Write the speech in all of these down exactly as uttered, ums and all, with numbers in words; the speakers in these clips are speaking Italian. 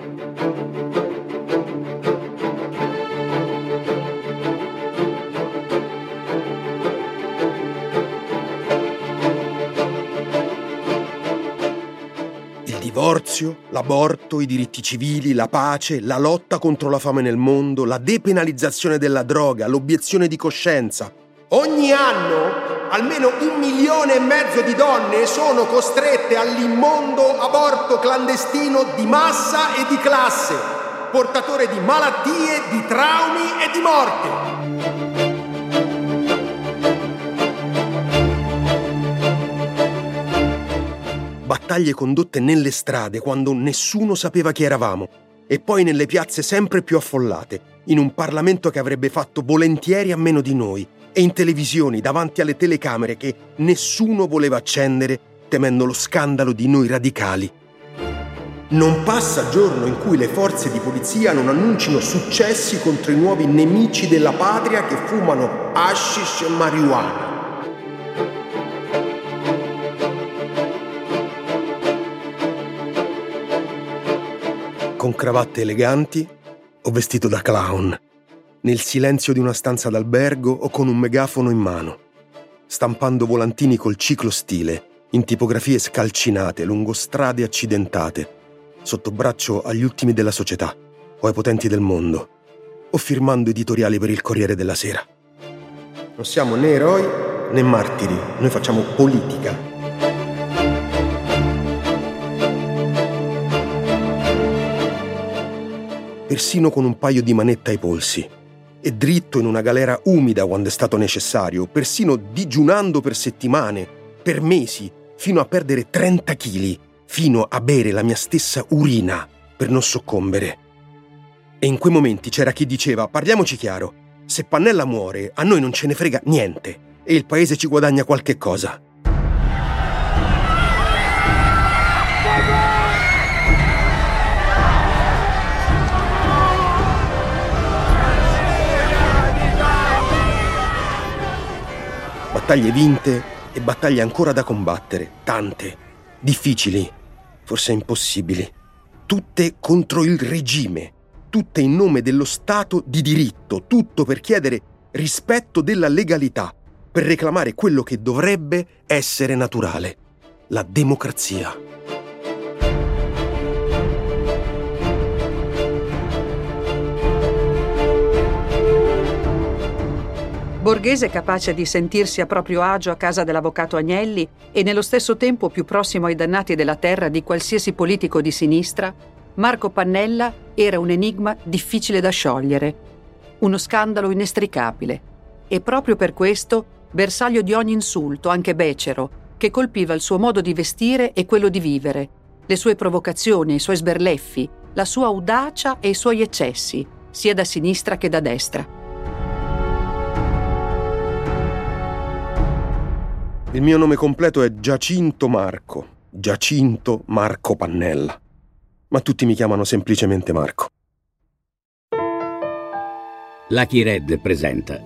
Il divorzio, l'aborto, i diritti civili, la pace, la lotta contro la fame nel mondo, la depenalizzazione della droga, l'obiezione di coscienza. Ogni anno almeno un milione e mezzo di donne sono costrette all'immondo aborto clandestino di massa e di classe, portatore di malattie, di traumi e di morte. Battaglie condotte nelle strade quando nessuno sapeva chi eravamo e poi nelle piazze sempre più affollate, in un Parlamento che avrebbe fatto volentieri a meno di noi e in televisioni davanti alle telecamere che nessuno voleva accendere temendo lo scandalo di noi radicali. Non passa giorno in cui le forze di polizia non annuncino successi contro i nuovi nemici della patria che fumano hashish e marijuana. Con cravatte eleganti o vestito da clown, nel silenzio di una stanza d'albergo o con un megafono in mano, stampando volantini col ciclostile, in tipografie scalcinate lungo strade accidentate, sotto braccio agli ultimi della società o ai potenti del mondo, o firmando editoriali per il Corriere della Sera. Non siamo né eroi né martiri, noi facciamo politica. Persino con un paio di manette ai polsi, e dritto in una galera umida quando è stato necessario, persino digiunando per settimane, per mesi, fino a perdere trenta chili, fino a bere la mia stessa urina per non soccombere. E in quei momenti c'era chi diceva: parliamoci chiaro, se Pannella muore a noi non ce ne frega niente e il paese ci guadagna qualche cosa. Battaglie vinte e battaglie ancora da combattere, tante, difficili, forse impossibili, tutte contro il regime, tutte in nome dello Stato di diritto, tutto per chiedere rispetto della legalità, per reclamare quello che dovrebbe essere naturale, la democrazia. Borghese capace di sentirsi a proprio agio a casa dell'avvocato Agnelli e nello stesso tempo più prossimo ai dannati della terra di qualsiasi politico di sinistra, Marco Pannella era un enigma difficile da sciogliere, uno scandalo inestricabile e proprio per questo bersaglio di ogni insulto, anche becero, che colpiva il suo modo di vestire e quello di vivere, le sue provocazioni, i suoi sberleffi, la sua audacia e i suoi eccessi, sia da sinistra che da destra. Il mio nome completo è Giacinto Marco, Giacinto Marco Pannella, ma tutti mi chiamano semplicemente Marco. Lucky Red presenta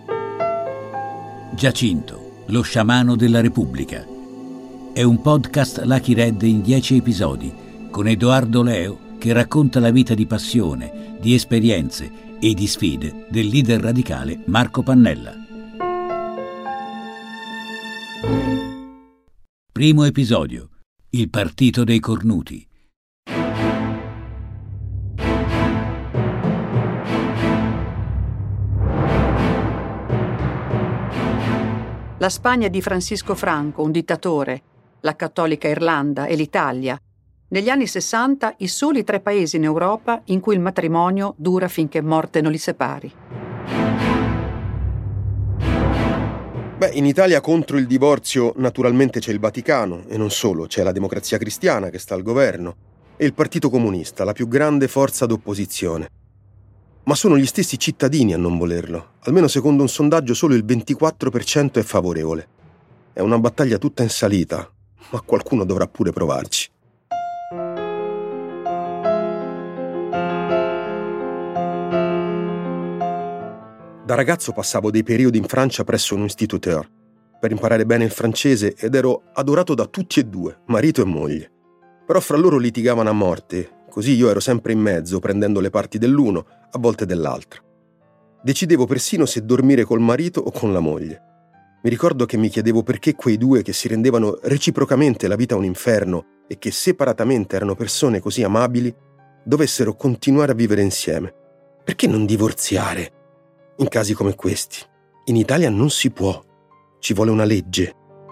Giacinto, lo sciamano della Repubblica. È un podcast Lucky Red in dieci episodi, con Edoardo Leo che racconta la vita di passione, di esperienze e di sfide del leader radicale Marco Pannella. Primo episodio: il partito dei cornuti. La Spagna di Francisco Franco, un dittatore, la cattolica Irlanda e l'Italia. Negli anni sessanta i soli tre paesi in Europa in cui il matrimonio dura finché morte non li separi. Beh, in Italia contro il divorzio naturalmente c'è il Vaticano e non solo, c'è la Democrazia Cristiana che sta al governo e il Partito Comunista, la più grande forza d'opposizione. Ma sono gli stessi cittadini a non volerlo. Almeno secondo un sondaggio solo il ventiquattro per cento è favorevole. È una battaglia tutta in salita, ma qualcuno dovrà pure provarci. Da ragazzo passavo dei periodi in Francia presso un instituteur per imparare bene il francese ed ero adorato da tutti e due, marito e moglie. Però fra loro litigavano a morte, così io ero sempre in mezzo, prendendo le parti dell'uno, a volte dell'altra. Decidevo persino se dormire col marito o con la moglie. Mi ricordo che mi chiedevo perché quei due che si rendevano reciprocamente la vita un inferno e che separatamente erano persone così amabili, dovessero continuare a vivere insieme. Perché non divorziare? In casi come questi. In Italia non si può. Ci vuole una legge.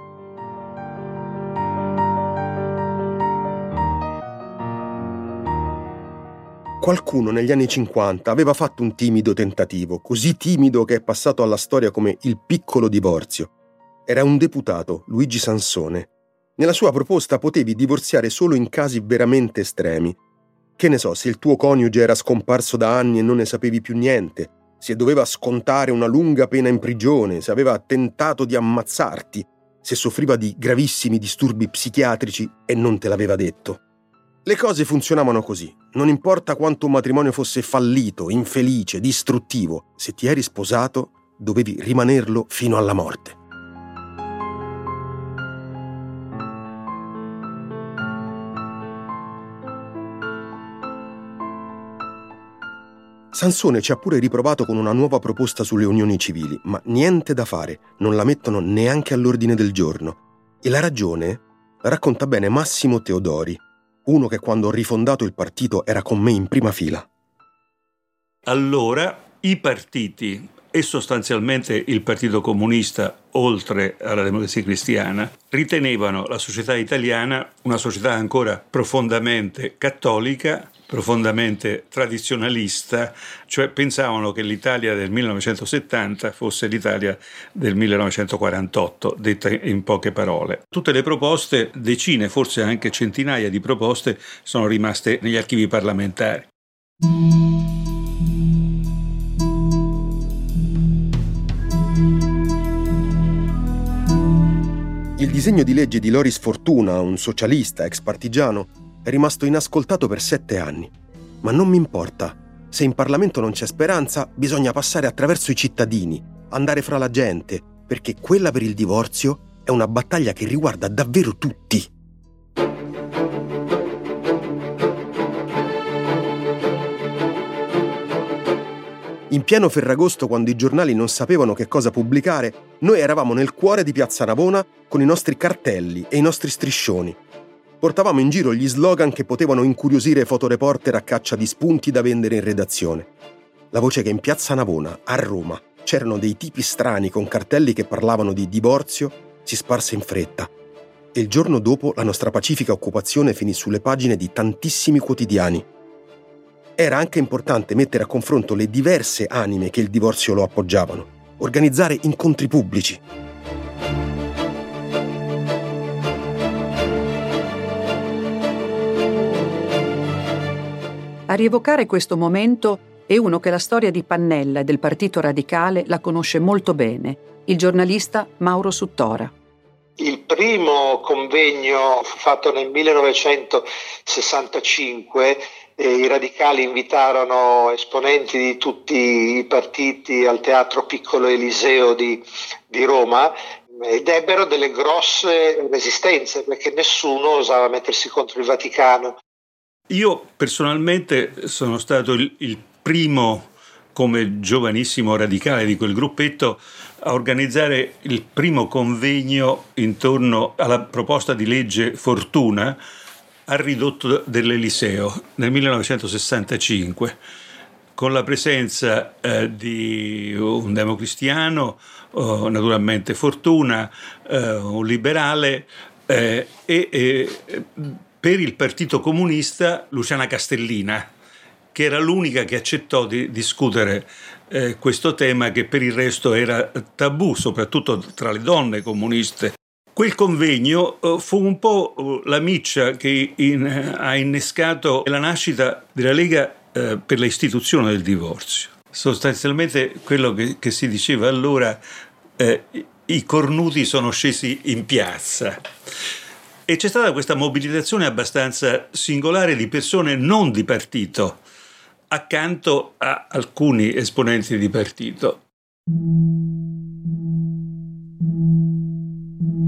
Qualcuno negli anni cinquanta aveva fatto un timido tentativo, così timido che è passato alla storia come il piccolo divorzio. Era un deputato, Luigi Sansone. Nella sua proposta potevi divorziare solo in casi veramente estremi. Che ne so, se il tuo coniuge era scomparso da anni e non ne sapevi più niente, se doveva scontare una lunga pena in prigione, se aveva tentato di ammazzarti, se soffriva di gravissimi disturbi psichiatrici e non te l'aveva detto. Le cose funzionavano così. Non importa quanto un matrimonio fosse fallito, infelice, distruttivo, se ti eri sposato, dovevi rimanerlo fino alla morte. Sansone ci ha pure riprovato con una nuova proposta sulle unioni civili, ma niente da fare, non la mettono neanche all'ordine del giorno. E la ragione la racconta bene Massimo Teodori, uno che quando ho rifondato il partito era con me in prima fila. Allora i partiti e sostanzialmente il Partito Comunista, oltre alla Democrazia Cristiana, ritenevano la società italiana una società ancora profondamente cattolica, profondamente tradizionalista, cioè pensavano che l'Italia del millenovecentosettanta fosse l'Italia del millenovecentoquarantotto, detta in poche parole. Tutte le proposte, decine, forse anche centinaia di proposte, sono rimaste negli archivi parlamentari. Il disegno di legge di Loris Fortuna, un socialista ex partigiano, è rimasto inascoltato per sette anni. Ma non mi importa. Se in Parlamento non c'è speranza, bisogna passare attraverso i cittadini, andare fra la gente, perché quella per il divorzio è una battaglia che riguarda davvero tutti. In pieno Ferragosto, quando i giornali non sapevano che cosa pubblicare, noi eravamo nel cuore di Piazza Navona con i nostri cartelli e i nostri striscioni. Portavamo in giro gli slogan che potevano incuriosire fotoreporter a caccia di spunti da vendere in redazione. La voce che in Piazza Navona, a Roma, c'erano dei tipi strani con cartelli che parlavano di divorzio si sparse in fretta. E il giorno dopo la nostra pacifica occupazione finì sulle pagine di tantissimi quotidiani. Era anche importante mettere a confronto le diverse anime che il divorzio lo appoggiavano, organizzare incontri pubblici. A rievocare questo momento è uno che la storia di Pannella e del Partito Radicale la conosce molto bene, il giornalista Mauro Suttora. Il primo convegno fu fatto nel millenovecentosessantacinque. E i radicali invitarono esponenti di tutti i partiti al Teatro Piccolo Eliseo di, di Roma ed ebbero delle grosse resistenze perché nessuno osava mettersi contro il Vaticano. Io personalmente sono stato il, il primo, come giovanissimo radicale di quel gruppetto, a organizzare il primo convegno intorno alla proposta di legge Fortuna al ridotto dell'Eliseo nel millenovecentosessantacinque, con la presenza eh, di un democristiano, oh, naturalmente Fortuna, eh, un liberale eh, e, e per il Partito Comunista Luciana Castellina, che era l'unica che accettò di discutere eh, questo tema che per il resto era tabù, soprattutto tra le donne comuniste. Quel convegno uh, fu un po' uh, la miccia che in, uh, ha innescato la nascita della Lega uh, per l'istituzione del divorzio. Sostanzialmente quello che, che si diceva allora, uh, i cornuti sono scesi in piazza. E c'è stata questa mobilitazione abbastanza singolare di persone non di partito, accanto a alcuni esponenti di partito.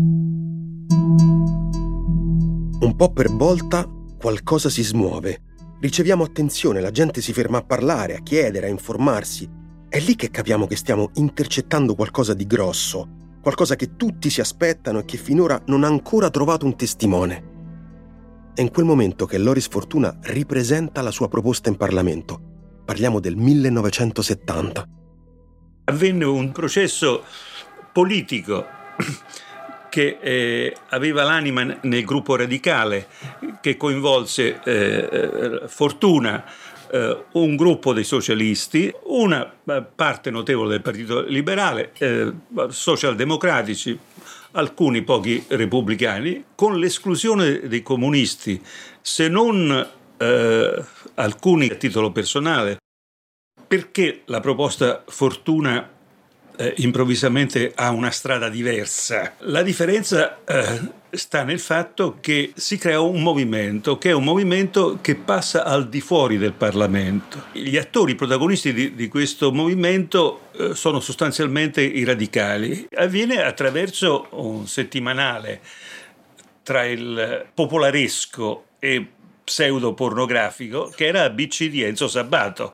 Un po' per volta qualcosa si smuove. Riceviamo attenzione, la gente si ferma a parlare, a chiedere, a informarsi. È lì che capiamo che stiamo intercettando qualcosa di grosso, qualcosa che tutti si aspettano e che finora non ha ancora trovato un testimone. È in quel momento che Loris Fortuna ripresenta la sua proposta in Parlamento. Parliamo del millenovecentosettanta. Avvenne un processo politico che eh, aveva l'anima nel gruppo radicale, che coinvolse eh, Fortuna, eh, un gruppo dei socialisti, una parte notevole del Partito Liberale, eh, socialdemocratici, alcuni pochi repubblicani, con l'esclusione dei comunisti, se non eh, alcuni a titolo personale. Perché la proposta Fortuna eh, improvvisamente ha una strada diversa? La differenza eh, sta nel fatto che si crea un movimento, che è un movimento che passa al di fuori del Parlamento. Gli attori protagonisti di, di questo movimento eh, sono sostanzialmente i radicali. Avviene attraverso un settimanale tra il popolaresco e pseudo-pornografico che era A B C di Enzo Sabato.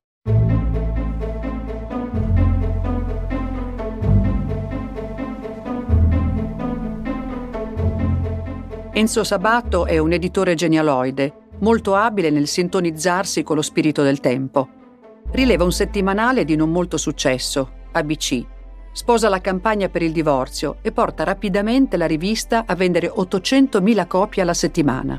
Enzo Sabato è un editore genialoide, molto abile nel sintonizzarsi con lo spirito del tempo. Rileva un settimanale di non molto successo, A B C. Sposa la campagna per il divorzio e porta rapidamente la rivista a vendere ottocentomila copie alla settimana.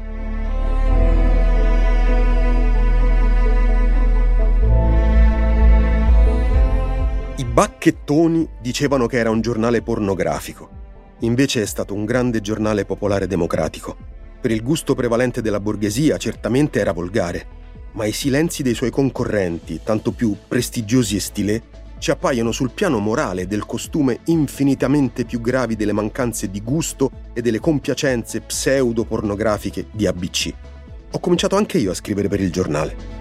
I bacchettoni dicevano che era un giornale pornografico. Invece è stato un grande giornale popolare democratico. Per il gusto prevalente della borghesia certamente era volgare, ma i silenzi dei suoi concorrenti, tanto più prestigiosi e stilè, ci appaiono sul piano morale del costume infinitamente più gravi delle mancanze di gusto e delle compiacenze pseudo-pornografiche di A B C. Ho cominciato anche io a scrivere per il giornale.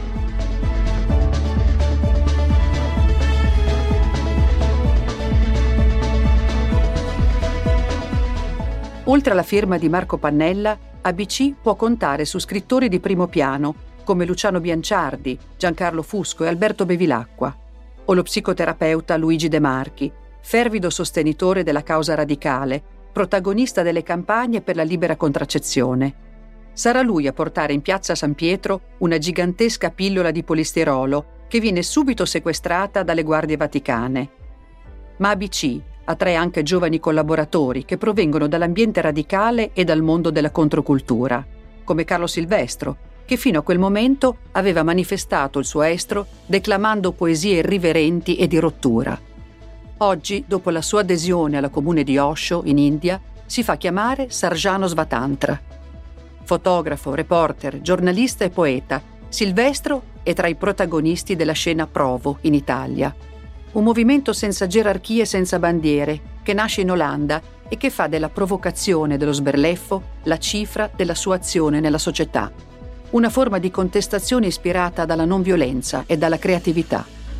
Oltre alla firma di Marco Pannella, A B C può contare su scrittori di primo piano, come Luciano Bianciardi, Giancarlo Fusco e Alberto Bevilacqua, o lo psicoterapeuta Luigi De Marchi, fervido sostenitore della causa radicale, protagonista delle campagne per la libera contraccezione. Sarà lui a portare in piazza San Pietro una gigantesca pillola di polistirolo che viene subito sequestrata dalle guardie vaticane. Ma A B C attrae anche giovani collaboratori che provengono dall'ambiente radicale e dal mondo della controcultura, come Carlo Silvestro, che fino a quel momento aveva manifestato il suo estro declamando poesie irriverenti e di rottura. Oggi, dopo la sua adesione alla comune di Osho, in India, si fa chiamare Sarjano Svatantra. Fotografo, reporter, giornalista e poeta, Silvestro è tra i protagonisti della scena Provo in Italia. Un movimento senza gerarchie e senza bandiere, che nasce in Olanda e che fa della provocazione e dello sberleffo la cifra della sua azione nella società. Una forma di contestazione ispirata dalla non violenza e dalla creatività.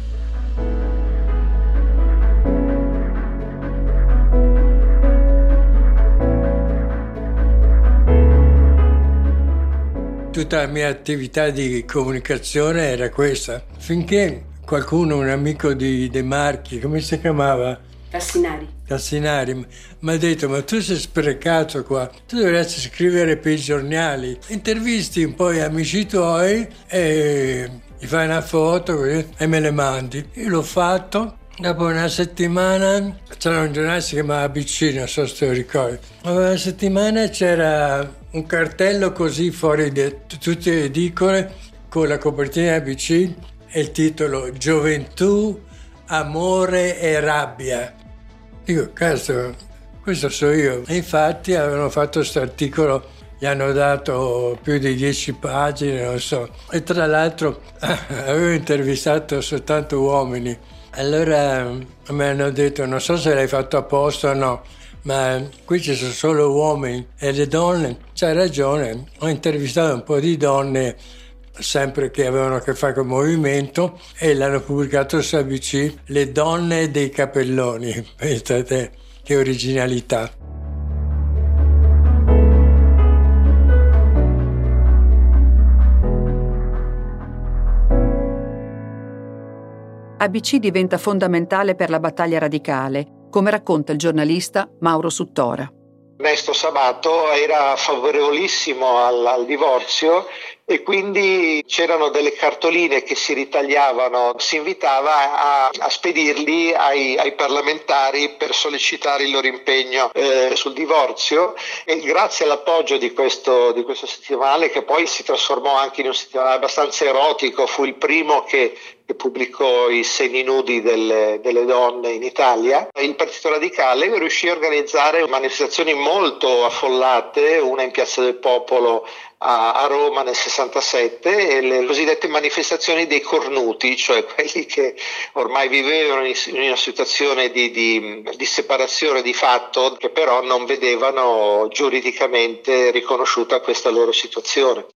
Tutta la mia attività di comunicazione era questa, finché qualcuno, un amico di De Marchi, come si chiamava? Tassinari. Tassinari, mi ha detto: ma tu sei sprecato qua, tu dovresti scrivere per i giornali, intervisti un po' gli amici tuoi e gli fai una foto e me le mandi. Io l'ho fatto, dopo una settimana c'era un giornale che si chiamava A B C, non so se te lo ricordi. Dopo una settimana c'era un cartello così fuori di tutte le edicole con la copertina A B C e il titolo Gioventù, amore e rabbia. Dico, cazzo, questo so io. E infatti avevano fatto questo articolo, gli hanno dato più di dieci pagine, non so. E tra l'altro avevo intervistato soltanto uomini. Allora mi hanno detto, non so se l'hai fatto apposta o no, ma qui ci sono solo uomini e le donne. C'hai ragione, ho intervistato un po' di donne sempre che avevano a che fare con il movimento e l'hanno pubblicato su A B C, Le donne dei capelloni. Pensate che originalità. A B C diventa fondamentale per la battaglia radicale, come racconta il giornalista Mauro Suttora. Ernesto Sabato era favorevolissimo al, al divorzio e quindi c'erano delle cartoline che si ritagliavano, si invitava a, a spedirli ai, ai parlamentari per sollecitare il loro impegno eh, sul divorzio, e grazie all'appoggio di questo, di questo settimanale, che poi si trasformò anche in un settimanale abbastanza erotico, fu il primo che che pubblicò i seni nudi delle, delle donne in Italia, il Partito Radicale riuscì a organizzare manifestazioni molto affollate, una in Piazza del Popolo a, a Roma nel sessantasette, e le cosiddette manifestazioni dei cornuti, cioè quelli che ormai vivevano in, in una situazione di, di, di separazione di fatto, che però non vedevano giuridicamente riconosciuta questa loro situazione.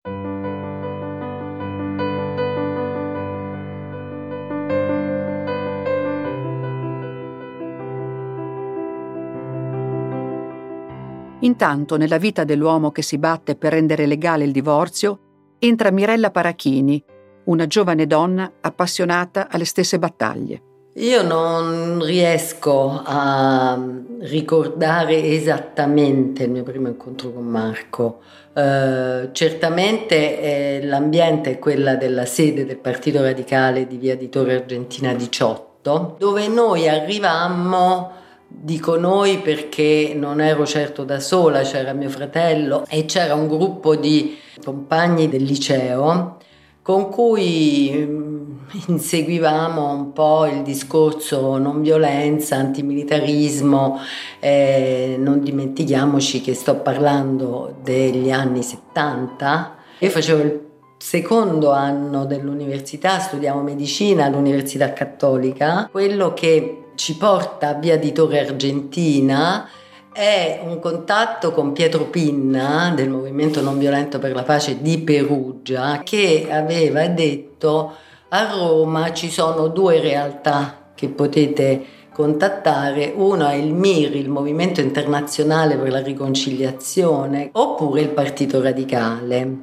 Intanto, nella vita dell'uomo che si batte per rendere legale il divorzio, entra Mirella Parachini, una giovane donna appassionata alle stesse battaglie. Io non riesco a ricordare esattamente il mio primo incontro con Marco. Uh, certamente eh, l'ambiente è quella della sede del Partito Radicale di via di Torre Argentina diciotto, dove noi arrivammo. Dico noi perché non ero certo da sola, c'era mio fratello e c'era un gruppo di compagni del liceo con cui inseguivamo un po' il discorso non violenza, antimilitarismo. Eh, non dimentichiamoci che sto parlando degli anni settanta. Io facevo il secondo anno dell'università, studiavo medicina all'Università Cattolica. Quello che ci porta a via di Torre Argentina è un contatto con Pietro Pinna del Movimento Non Violento per la Pace di Perugia, che aveva detto: a Roma ci sono due realtà che potete contattare, uno è il M I R, il Movimento Internazionale per la Riconciliazione, oppure il Partito Radicale.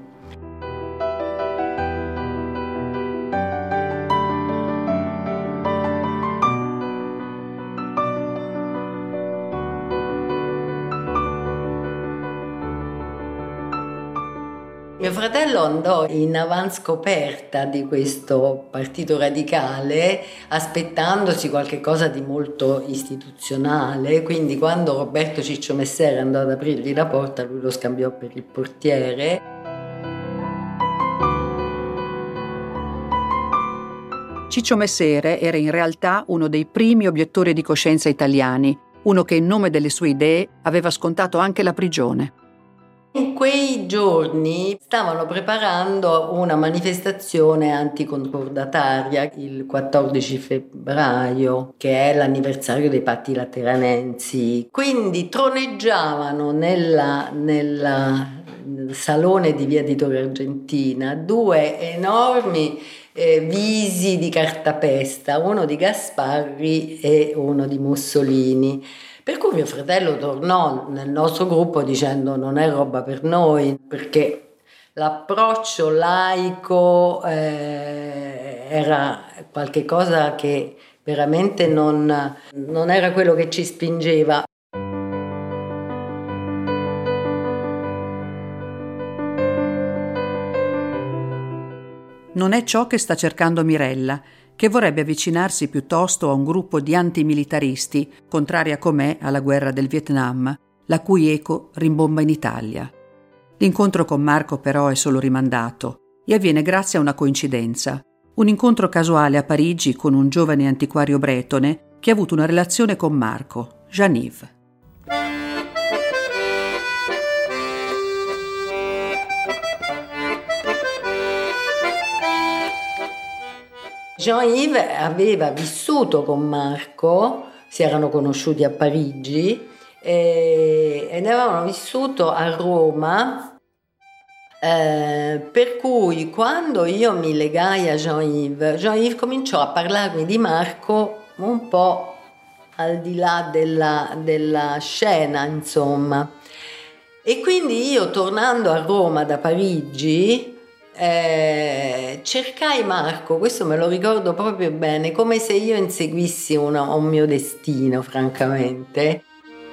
Mio fratello andò in avanscoperta di questo Partito Radicale aspettandosi qualche cosa di molto istituzionale, quindi quando Roberto Ciccio Messere andò ad aprirgli la porta, lui lo scambiò per il portiere. Ciccio Messere era in realtà uno dei primi obiettori di coscienza italiani, uno che in nome delle sue idee aveva scontato anche la prigione. In quei giorni stavano preparando una manifestazione anticoncordataria il quattordici febbraio, che è l'anniversario dei patti lateranensi. Quindi troneggiavano nella, nella, nel salone di via di Torre Argentina due enormi eh, visi di cartapesta, uno di Gasparri e uno di Mussolini. Per cui mio fratello tornò nel nostro gruppo dicendo: non è roba per noi, perché l'approccio laico eh, era qualche cosa che veramente non, non era quello che ci spingeva. Non è ciò che sta cercando Mirella, che vorrebbe avvicinarsi piuttosto a un gruppo di antimilitaristi, contraria com'è alla guerra del Vietnam, la cui eco rimbomba in Italia. L'incontro con Marco però è solo rimandato e avviene grazie a una coincidenza, un incontro casuale a Parigi con un giovane antiquario bretone che ha avuto una relazione con Marco, Jean-Yves. Jean-Yves aveva vissuto con Marco, si erano conosciuti a Parigi e, ed avevano vissuto a Roma, eh, per cui quando io mi legai a Jean-Yves, Jean-Yves cominciò a parlarmi di Marco un po' al di là della, della scena, insomma. E quindi io, tornando a Roma da Parigi, eh, cercai Marco, questo me lo ricordo proprio bene, come se io inseguissi una, un mio destino, francamente.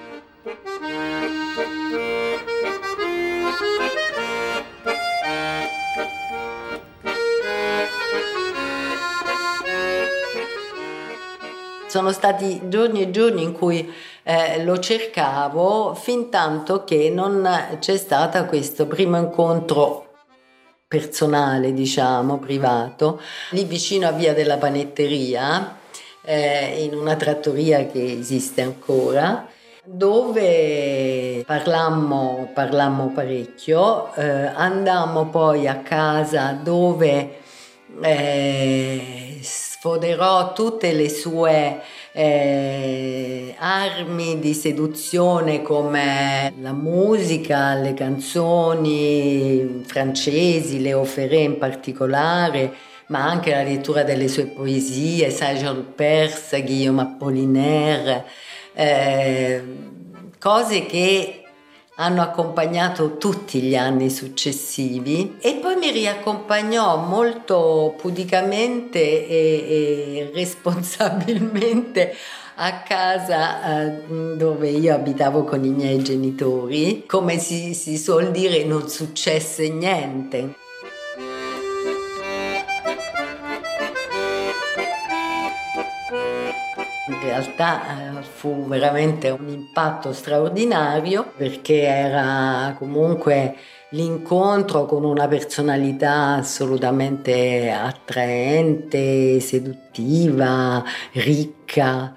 Sono stati giorni e giorni in cui eh, lo cercavo, fin tanto che non c'è stato questo primo incontro personale, diciamo, privato, lì vicino a Via della Panetteria, eh, in una trattoria che esiste ancora, dove parlammo, parlammo parecchio, eh, andammo poi a casa dove eh, sfoderò tutte le sue eh, armi di seduzione, come la musica, le canzoni francesi, Léo Ferré in particolare, ma anche la lettura delle sue poesie, Saint-Jean Perse, Guillaume Apollinaire, eh, cose che hanno accompagnato tutti gli anni successivi, e poi mi riaccompagnò molto pudicamente e, e responsabilmente a casa eh, dove io abitavo con i miei genitori. Come si, si suol dire, non successe niente. In realtà eh, fu veramente un impatto straordinario, perché era comunque l'incontro con una personalità assolutamente attraente, seduttiva, ricca.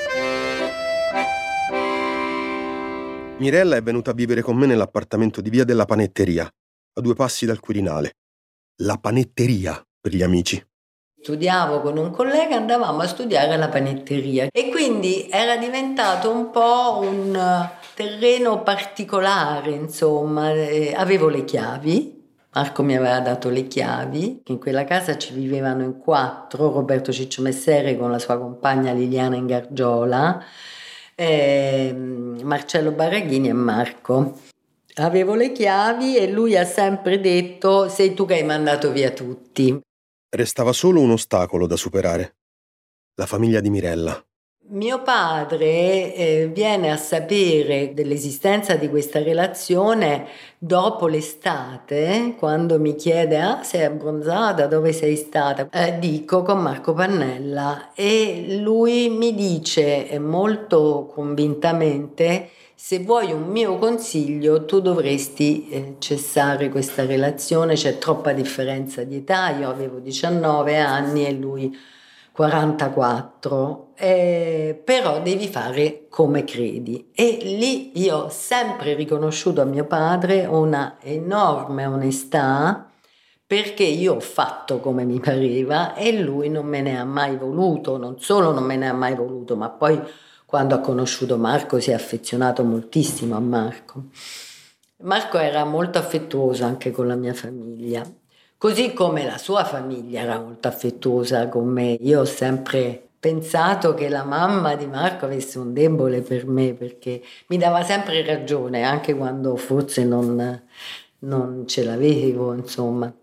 Mirella è venuta a vivere con me nell'appartamento di Via della Panetteria, a due passi dal Quirinale. La Panetteria, per gli amici. Studiavo con un collega, andavamo a studiare alla panetteria, e quindi era diventato un po' un terreno particolare, insomma. Eh, avevo le chiavi, Marco mi aveva dato le chiavi, in quella casa ci vivevano in quattro, Roberto Ciccio Messere con la sua compagna Liliana Ingargiola, eh, Marcello Baraghini e Marco. Avevo le chiavi e lui ha sempre detto: sei tu che hai mandato via tutti. Restava solo un ostacolo da superare: la famiglia di Mirella. Mio padre eh, viene a sapere dell'esistenza di questa relazione dopo l'estate, quando mi chiede: ah, sei abbronzata, dove sei stata? Eh, dico con Marco Pannella, e lui mi dice molto convintamente: se vuoi un mio consiglio, tu dovresti eh, cessare questa relazione, c'è troppa differenza di età, io avevo diciannove anni e lui quarantaquattro, eh, però devi fare come credi. E lì io ho sempre riconosciuto a mio padre una enorme onestà, perché io ho fatto come mi pareva e lui non me ne ha mai voluto, non solo non me ne ha mai voluto, ma poi quando ha conosciuto Marco si è affezionato moltissimo a Marco. Marco era molto affettuoso anche con la mia famiglia, così come la sua famiglia era molto affettuosa con me. Io ho sempre pensato che la mamma di Marco avesse un debole per me, perché mi dava sempre ragione, anche quando forse non, non ce l'avevo, insomma.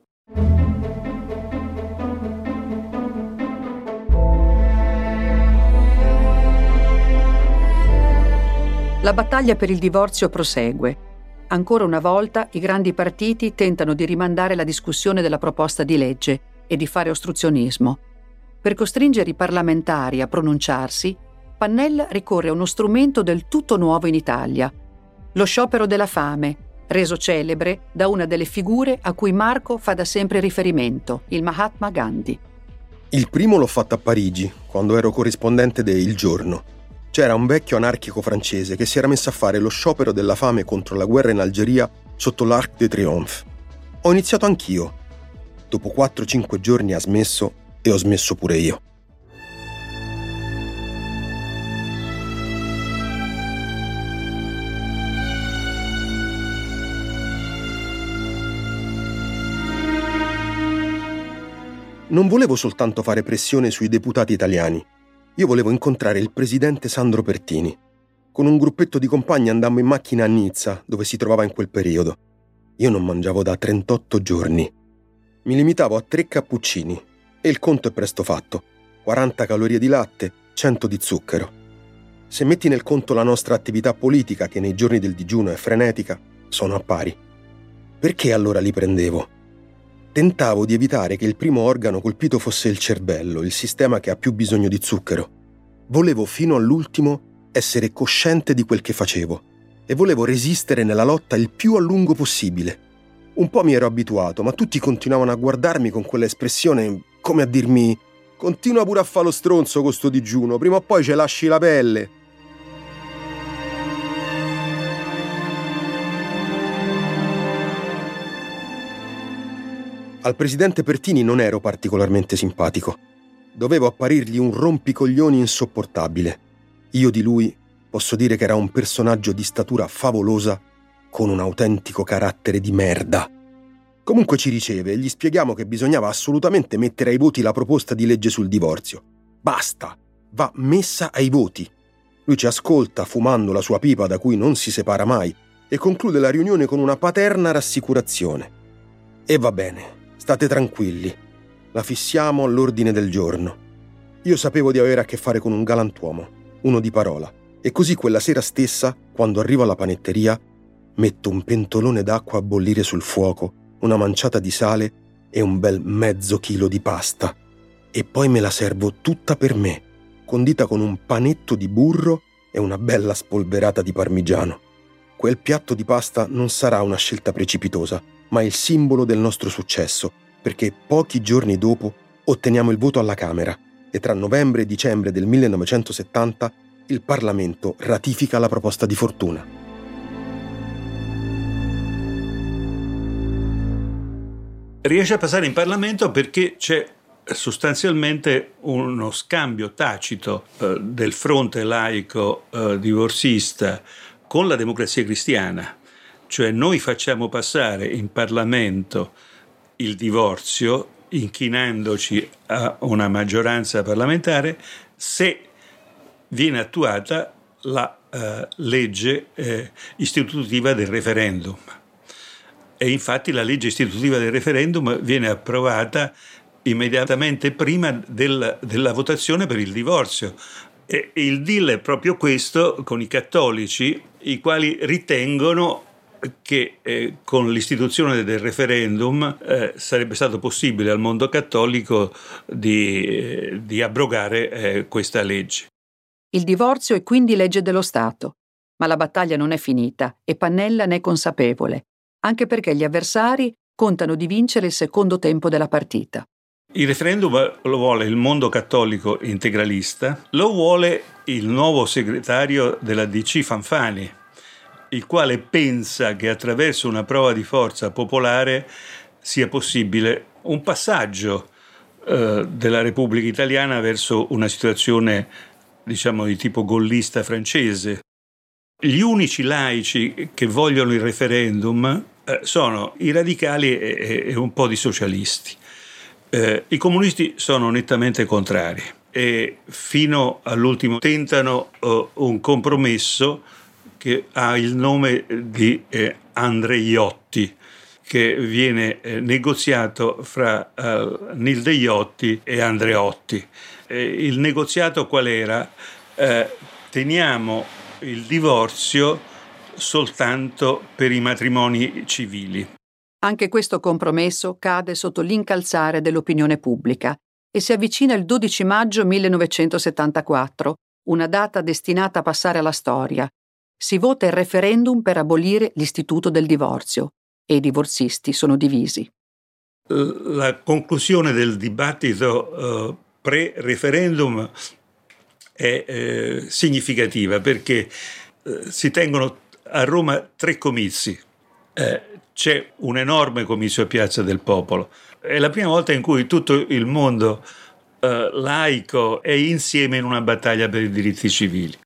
La battaglia per il divorzio prosegue. Ancora una volta i grandi partiti tentano di rimandare la discussione della proposta di legge e di fare ostruzionismo. Per costringere i parlamentari a pronunciarsi, Pannella ricorre a uno strumento del tutto nuovo in Italia: lo sciopero della fame, reso celebre da una delle figure a cui Marco fa da sempre riferimento, il Mahatma Gandhi. Il primo l'ho fatto a Parigi, quando ero corrispondente de Il Giorno. C'era un vecchio anarchico francese che si era messo a fare lo sciopero della fame contro la guerra in Algeria sotto l'Arc de Triomphe. Ho iniziato anch'io. Dopo quattro cinque giorni ha smesso e ho smesso pure io. Non volevo soltanto fare pressione sui deputati italiani. Io volevo incontrare il presidente Sandro Pertini. Con un gruppetto di compagni andammo in macchina a Nizza, dove si trovava in quel periodo. Io non mangiavo da trentotto giorni. Mi limitavo a tre cappuccini e il conto è presto fatto. quaranta calorie di latte, cento di zucchero. Se metti nel conto la nostra attività politica, che nei giorni del digiuno è frenetica, sono a pari. Perché allora li prendevo? Tentavo di evitare che il primo organo colpito fosse il cervello, il sistema che ha più bisogno di zucchero. Volevo fino all'ultimo essere cosciente di quel che facevo e volevo resistere nella lotta il più a lungo possibile. Un po' mi ero abituato, ma tutti continuavano a guardarmi con quella espressione come a dirmi: continua pure a fare lo stronzo con sto digiuno, prima o poi ce lasci la pelle. Al presidente Pertini non ero particolarmente simpatico. Dovevo apparirgli un rompicoglioni insopportabile. Io di lui posso dire che era un personaggio di statura favolosa con un autentico carattere di merda. Comunque ci riceve e gli spieghiamo che bisognava assolutamente mettere ai voti la proposta di legge sul divorzio. Basta, va messa ai voti. Lui ci ascolta fumando la sua pipa da cui non si separa mai e conclude la riunione con una paterna rassicurazione. E va bene. State tranquilli, la fissiamo all'ordine del giorno. Io sapevo di avere a che fare con un galantuomo, uno di parola, e così quella sera stessa, quando arrivo alla panetteria, metto un pentolone d'acqua a bollire sul fuoco, una manciata di sale e un bel mezzo chilo di pasta. E poi me la servo tutta per me, condita con un panetto di burro e una bella spolverata di parmigiano. Quel piatto di pasta non sarà una scelta precipitosa, ma il simbolo del nostro successo, perché pochi giorni dopo otteniamo il voto alla Camera e tra novembre e dicembre del millenovecentosettanta il Parlamento ratifica la proposta di Fortuna. Riesce a passare in Parlamento perché c'è sostanzialmente uno scambio tacito eh, del fronte laico eh, divorzista con la Democrazia Cristiana. Cioè noi facciamo passare in Parlamento il divorzio inchinandoci a una maggioranza parlamentare se viene attuata la eh, legge eh, istitutiva del referendum. E infatti la legge istitutiva del referendum viene approvata immediatamente prima del, della votazione per il divorzio. E il deal è proprio questo con i cattolici, i quali ritengono che eh, con l'istituzione del referendum eh, sarebbe stato possibile al mondo cattolico di, eh, di abrogare eh, questa legge. Il divorzio è quindi legge dello Stato, ma la battaglia non è finita e Pannella ne è consapevole, anche perché gli avversari contano di vincere il secondo tempo della partita. Il referendum lo vuole il mondo cattolico integralista, lo vuole il nuovo segretario della D C Fanfani, il quale pensa che attraverso una prova di forza popolare sia possibile un passaggio eh, della Repubblica Italiana verso una situazione, diciamo, di tipo gollista francese. Gli unici laici che vogliono il referendum eh, sono i radicali e, e un po' di socialisti. Eh, I comunisti sono nettamente contrari e fino all'ultimo tentano eh, un compromesso che ha il nome di eh, Andreiotti, che viene eh, negoziato fra eh, Nilde Iotti e Andreotti. Eh, il negoziato qual era? Eh, teniamo il divorzio soltanto per i matrimoni civili. Anche questo compromesso cade sotto l'incalzare dell'opinione pubblica e si avvicina il dodici maggio millenovecentosettantaquattro, una data destinata a passare alla storia. Si vota il referendum per abolire l'istituto del divorzio e i divorzisti sono divisi. La conclusione del dibattito eh, pre-referendum è eh, significativa perché eh, si tengono a Roma tre comizi. Eh, c'è un enorme comizio a Piazza del Popolo. È la prima volta in cui tutto il mondo eh, laico è insieme in una battaglia per i diritti civili.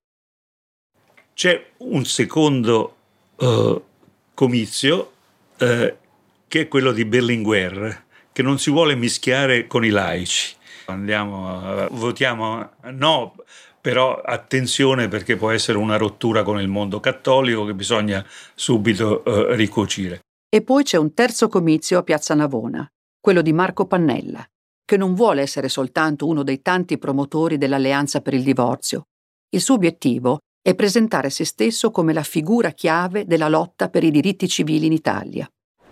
C'è un secondo uh, comizio uh, che è quello di Berlinguer, che non si vuole mischiare con i laici. Andiamo, uh, votiamo no, però attenzione perché può essere una rottura con il mondo cattolico che bisogna subito uh, ricucire. E poi c'è un terzo comizio a Piazza Navona. quello di Marco Pannella, che non vuole essere soltanto uno dei tanti promotori dell'Alleanza per il divorzio. Il suo obiettivo è presentare se stesso come la figura chiave della lotta per i diritti civili in Italia.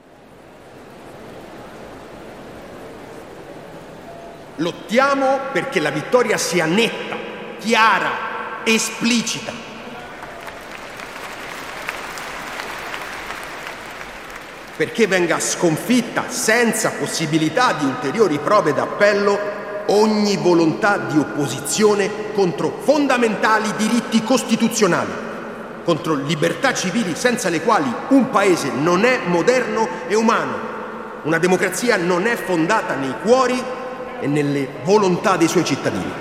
Lottiamo perché la vittoria sia netta, chiara, esplicita. Perché venga sconfitta senza possibilità di ulteriori prove d'appello ogni volontà di opposizione contro fondamentali diritti costituzionali, contro libertà civili senza le quali un paese non è moderno e umano. Una democrazia non è fondata nei cuori e nelle volontà dei suoi cittadini.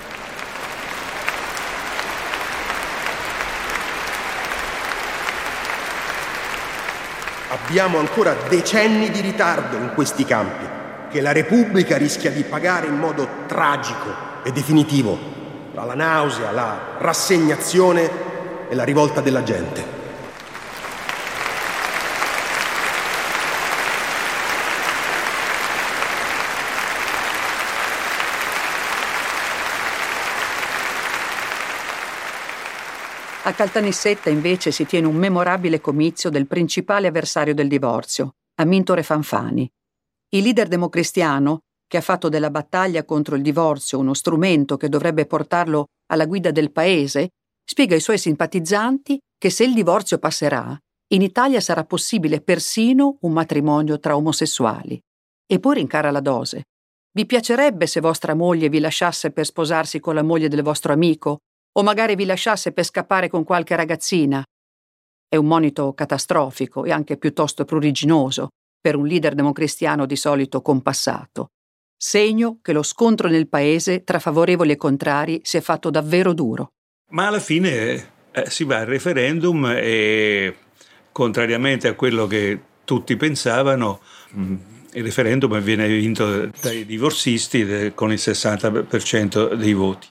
Abbiamo ancora decenni di ritardo in questi campi, che la Repubblica rischia di pagare in modo tragico e definitivo, tra la nausea, la rassegnazione e la rivolta della gente. A Caltanissetta invece si tiene un memorabile comizio del principale avversario del divorzio, Amintore Fanfani. Il leader democristiano, che ha fatto della battaglia contro il divorzio uno strumento che dovrebbe portarlo alla guida del paese, spiega ai suoi simpatizzanti che se il divorzio passerà, in Italia sarà possibile persino un matrimonio tra omosessuali. Eppure incara la dose. Vi piacerebbe se vostra moglie vi lasciasse per sposarsi con la moglie del vostro amico? O magari vi lasciasse per scappare con qualche ragazzina? È un monito catastrofico e anche piuttosto pruriginoso per un leader democristiano di solito compassato. Segno che lo scontro nel paese tra favorevoli e contrari si è fatto davvero duro. Ma alla fine eh, si va al referendum e, contrariamente a quello che tutti pensavano, mh, il referendum viene vinto dai divorzisti de, con il sessanta per cento dei voti.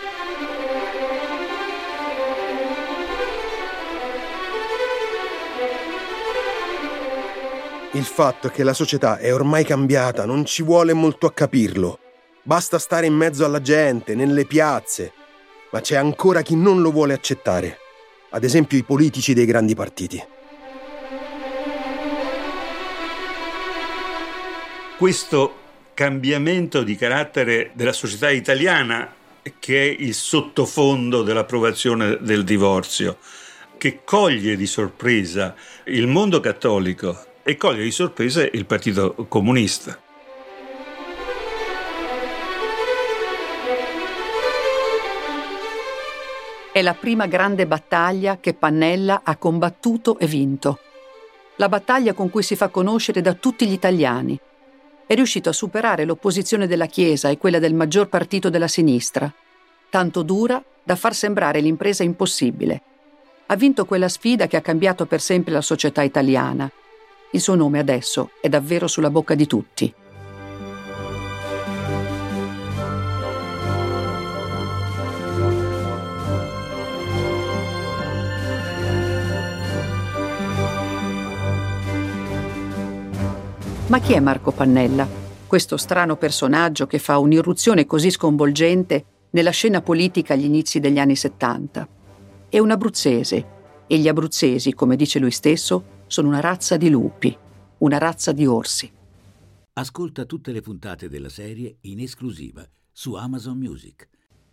Il fatto è che la società è ormai cambiata, non ci vuole molto a capirlo. Basta stare in mezzo alla gente, nelle piazze. Ma c'è ancora chi non lo vuole accettare. Ad esempio i politici dei grandi partiti. Questo cambiamento di carattere della società italiana, che è il sottofondo dell'approvazione del divorzio, che coglie di sorpresa il mondo cattolico e coglie di sorpresa il Partito Comunista. È la prima grande battaglia che Pannella ha combattuto e vinto. La battaglia con cui si fa conoscere da tutti gli italiani. È riuscito a superare l'opposizione della Chiesa e quella del maggior partito della sinistra, tanto dura da far sembrare l'impresa impossibile. Ha vinto quella sfida che ha cambiato per sempre la società italiana. Il suo nome adesso è davvero sulla bocca di tutti. Ma chi è Marco Pannella? Questo strano personaggio che fa un'irruzione così sconvolgente nella scena politica agli inizi degli anni settanta. È un abruzzese e gli abruzzesi, come dice lui stesso, sono una razza di lupi, una razza di orsi. Ascolta tutte le puntate della serie in esclusiva su Amazon Music.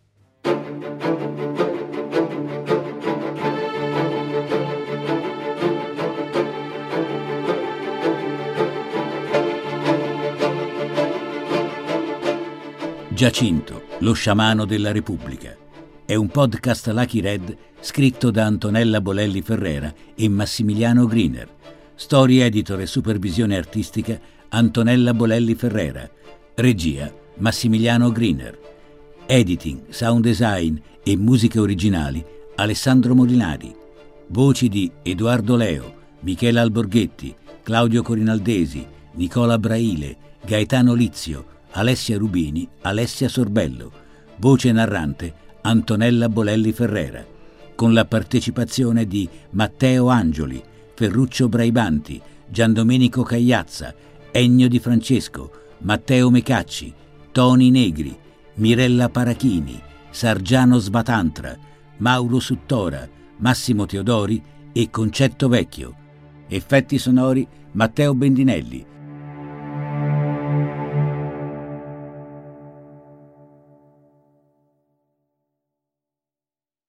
Giacinto, lo sciamano della Repubblica. È un podcast Lucky Red scritto da Antonella Bolelli Ferrera e Massimiliano Griner. Storia, editore e supervisione artistica Antonella Bolelli Ferrera. Regia Massimiliano Griner. Editing, sound design e musiche originali Alessandro Molinari. Voci di Edoardo Leo, Michela Alborghetti, Claudio Corinaldesi, Nicola Braile, Gaetano Lizio, Alessia Rubini, Alessia Sorbello. Voce narrante Antonella Bolelli Ferrera, con la partecipazione di Matteo Angioli, Ferruccio Braibanti, Giandomenico Cagliazza, Ennio Di Francesco, Matteo Mecacci, Toni Negri, Mirella Parachini, Sargiano Sbatantra, Mauro Suttora, Massimo Teodori e Concetto Vecchio. Effetti sonori Matteo Bendinelli.